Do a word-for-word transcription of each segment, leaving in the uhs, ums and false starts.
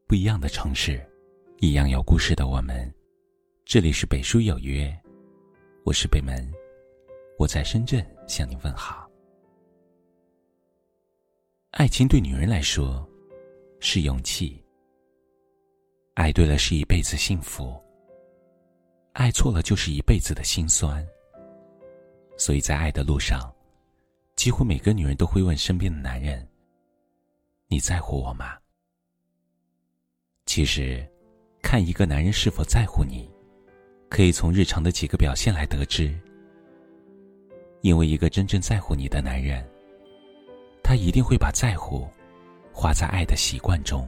不一样的城市，一样有故事的我们。这里是北书有约，我是北门，我在深圳向你问好。爱情对女人来说是勇气，爱对了是一辈子幸福，爱错了就是一辈子的心酸。所以在爱的路上，几乎每个女人都会问身边的男人，你在乎我吗？其实看一个男人是否在乎你，可以从日常的几个表现来得知。因为一个真正在乎你的男人，他一定会把在乎花在爱的习惯中，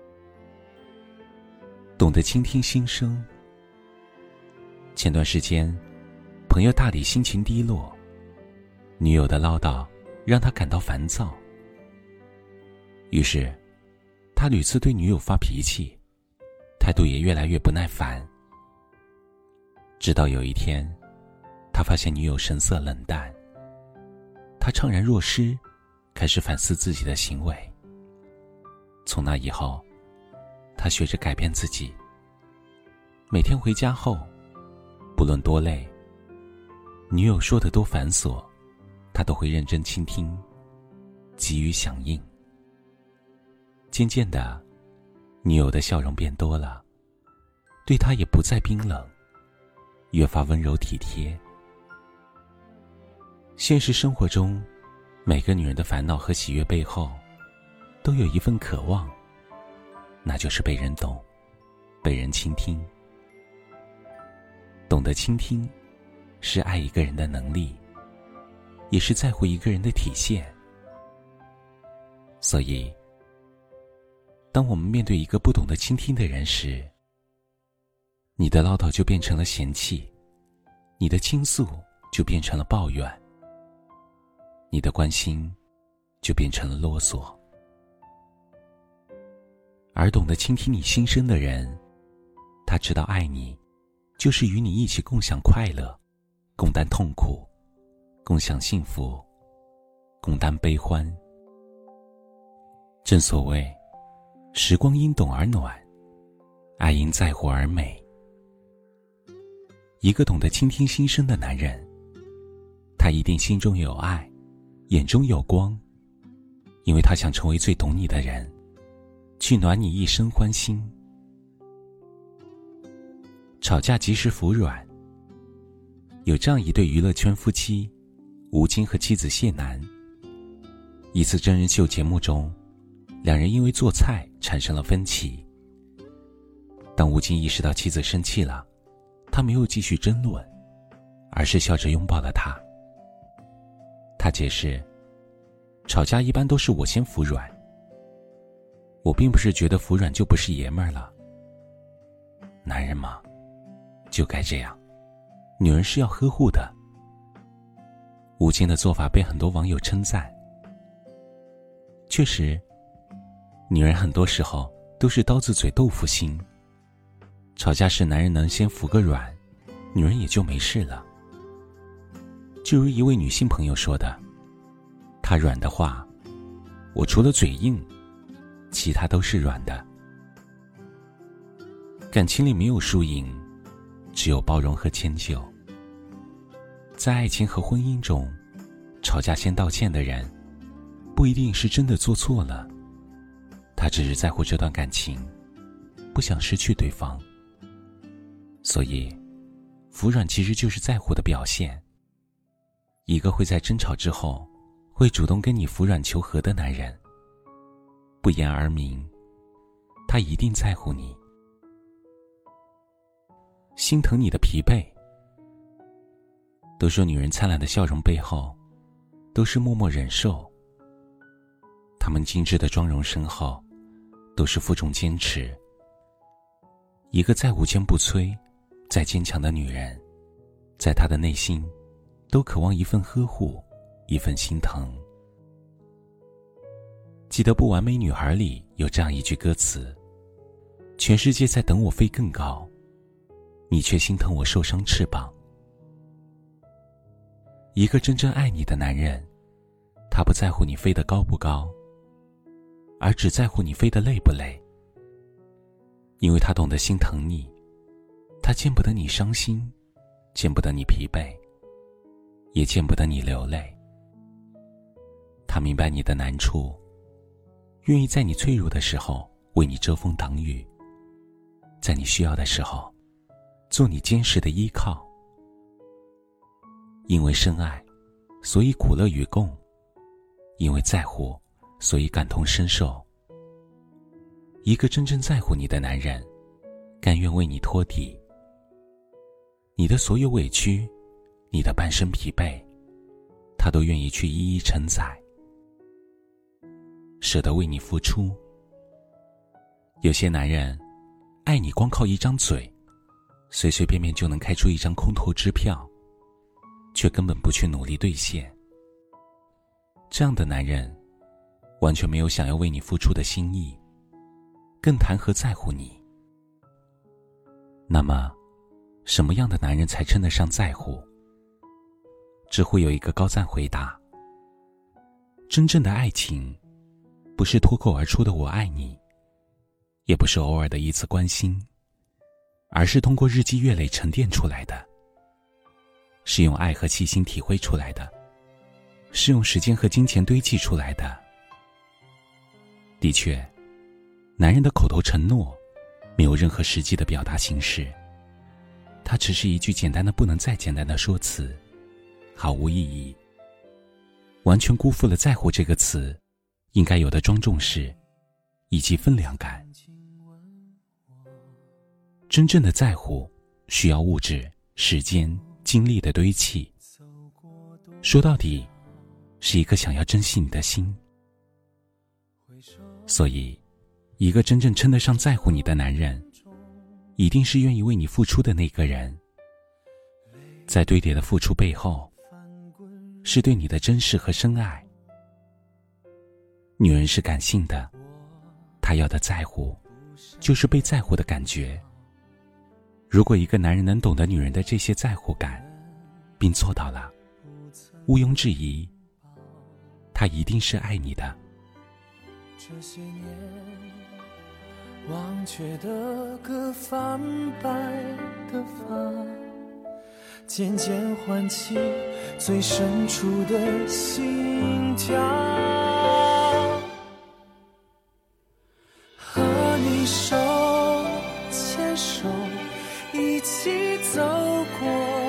懂得倾听心声。前段时间朋友大理心情低落，女友的唠叨让他感到烦躁，于是他屡次对女友发脾气，态度也越来越不耐烦。直到有一天，他发现女友神色冷淡，他怅然若失，开始反思自己的行为。从那以后，他学着改变自己，每天回家后，不论多累，女友说的多繁琐，他都会认真倾听，给予响应。渐渐的，女友的笑容变多了，对他也不再冰冷，越发温柔体贴。现实生活中，每个女人的烦恼和喜悦背后，都有一份渴望，那就是被人懂，被人倾听。懂得倾听，是爱一个人的能力，也是在乎一个人的体现。所以当我们面对一个不懂得倾听的人时，你的唠叨就变成了嫌弃，你的倾诉就变成了抱怨，你的关心就变成了啰嗦。而懂得倾听你心声的人，他知道爱你就是与你一起共享快乐，共担痛苦，共享幸福，共担悲欢。正所谓时光因懂而暖，爱因在乎而美。一个懂得倾听心声的男人，他一定心中有爱，眼中有光，因为他想成为最懂你的人，去暖你一生欢心。吵架及时服软。有这样一对娱乐圈夫妻，吴京和妻子谢楠。一次真人秀节目中，两人因为做菜产生了分歧。当吴京意识到妻子生气了，他没有继续争论，而是笑着拥抱了她。他解释，吵架一般都是我先服软，我并不是觉得服软就不是爷们儿了。男人嘛，就该这样，女人是要呵护的。吴京的做法被很多网友称赞。确实，女人很多时候都是刀子嘴豆腐心，吵架时男人能先服个软，女人也就没事了。就如一位女性朋友说的，她软的话，我除了嘴硬，其他都是软的。感情里没有输赢，只有包容和迁就。在爱情和婚姻中，吵架先道歉的人，不一定是真的做错了，他只是在乎这段感情，不想失去对方。所以服软其实就是在乎的表现。一个会在争吵之后会主动跟你服软求和的男人，不言而明，他一定在乎你，心疼你的疲惫。都说女人灿烂的笑容背后都是默默忍受，她们精致的妆容身后都是负重坚持。一个再无坚不摧，再坚强的女人，在她的内心都渴望一份呵护，一份心疼。记得《不完美女孩》里有这样一句歌词，全世界在等我飞更高，你却心疼我受伤翅膀。一个真正爱你的男人，他不在乎你飞得高不高，而只在乎你飞得累不累。 因为他懂得心疼你，他见不得你伤心，见不得你疲惫，也见不得你流泪。他明白你的难处，愿意在你脆弱的时候为你遮风挡雨，在你需要的时候做你坚实的依靠。因为深爱，所以苦乐与共；因为在乎，所以感同身受。一个真正在乎你的男人，甘愿为你托底，你的所有委屈，你的半生疲惫，他都愿意去一一承载，舍得为你付出。有些男人爱你光靠一张嘴，随随便便就能开出一张空头支票，却根本不去努力兑现。这样的男人完全没有想要为你付出的心意，更谈何在乎你。那么什么样的男人才称得上在乎？知乎有一个高赞回答：真正的爱情不是脱口而出的我爱你，也不是偶尔的一次关心，而是通过日积月累沉淀出来的，是用爱和细心体会出来的，是用时间和金钱堆砌出来的。的确，男人的口头承诺没有任何实际的表达形式，它只是一句简单的不能再简单的说辞，毫无意义，完全辜负了在乎这个词应该有的庄重视以及分量感。真正的在乎需要物质、时间、精力的堆砌，说到底是一个想要珍惜你的心。所以一个真正称得上在乎你的男人，一定是愿意为你付出的那个人。在堆叠的付出背后，是对你的珍视和深爱。女人是感性的，她要的在乎就是被在乎的感觉。如果一个男人能懂得女人的这些在乎感，并做到了，毋庸置疑，他一定是爱你的。 这些年忘却的歌，泛白的发，渐渐唤起最深处的心跳。和你手牵手一起走过，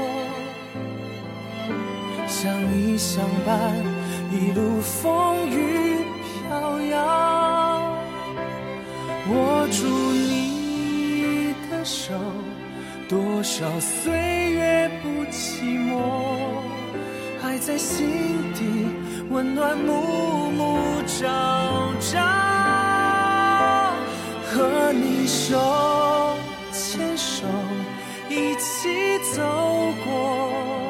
相依相伴，一路风雨飘摇。握住你的手，多少岁月不寂寞，爱在心底温暖，暮暮朝朝。和你手牵手一起走过，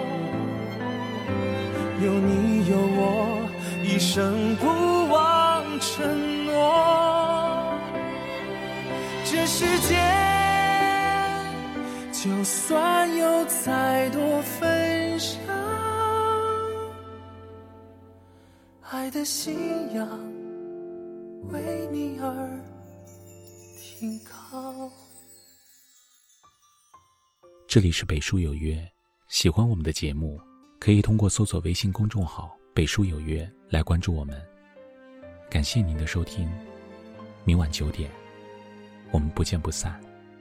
有你有我，一生不忘承诺。这世界就算有再多纷扰，爱的信仰为你而停靠。 这里是北书有约，喜欢我们的节目，可以通过搜索微信公众号北书有约来关注我们。感谢您的收听，明晚九点我们不见不散，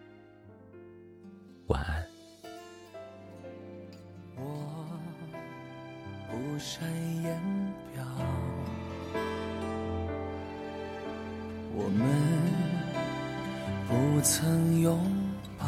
晚安。 我不善言表，我们不曾拥抱，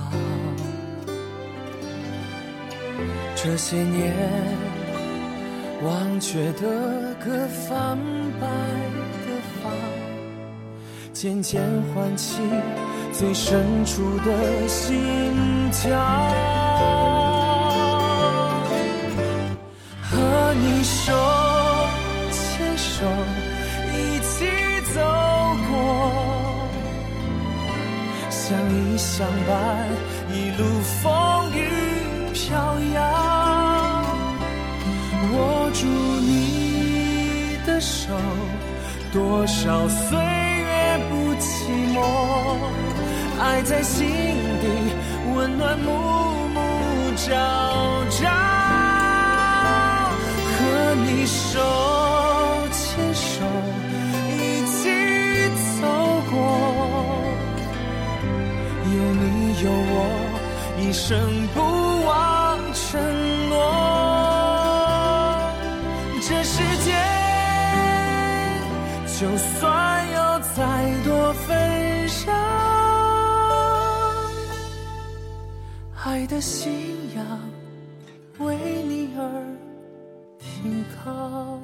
这些年忘却的歌，泛白的发，渐渐唤起最深处的心跳。和你手牵手一起走过，相依相伴，一路风雨飘摇。握住你的手，多少岁月不寂寞， 爱在心底温暖，暮暮朝朝，和你手牵手一起走过，有你有我，一生不忘承诺。这世界就算有再多纷扰，爱的信仰为你而停靠，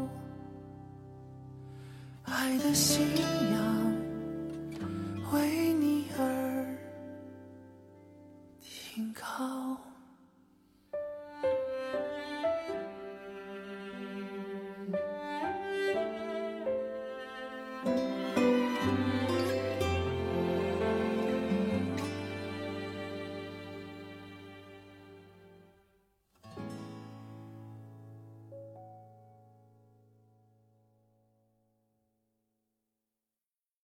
爱的信仰为你而停靠。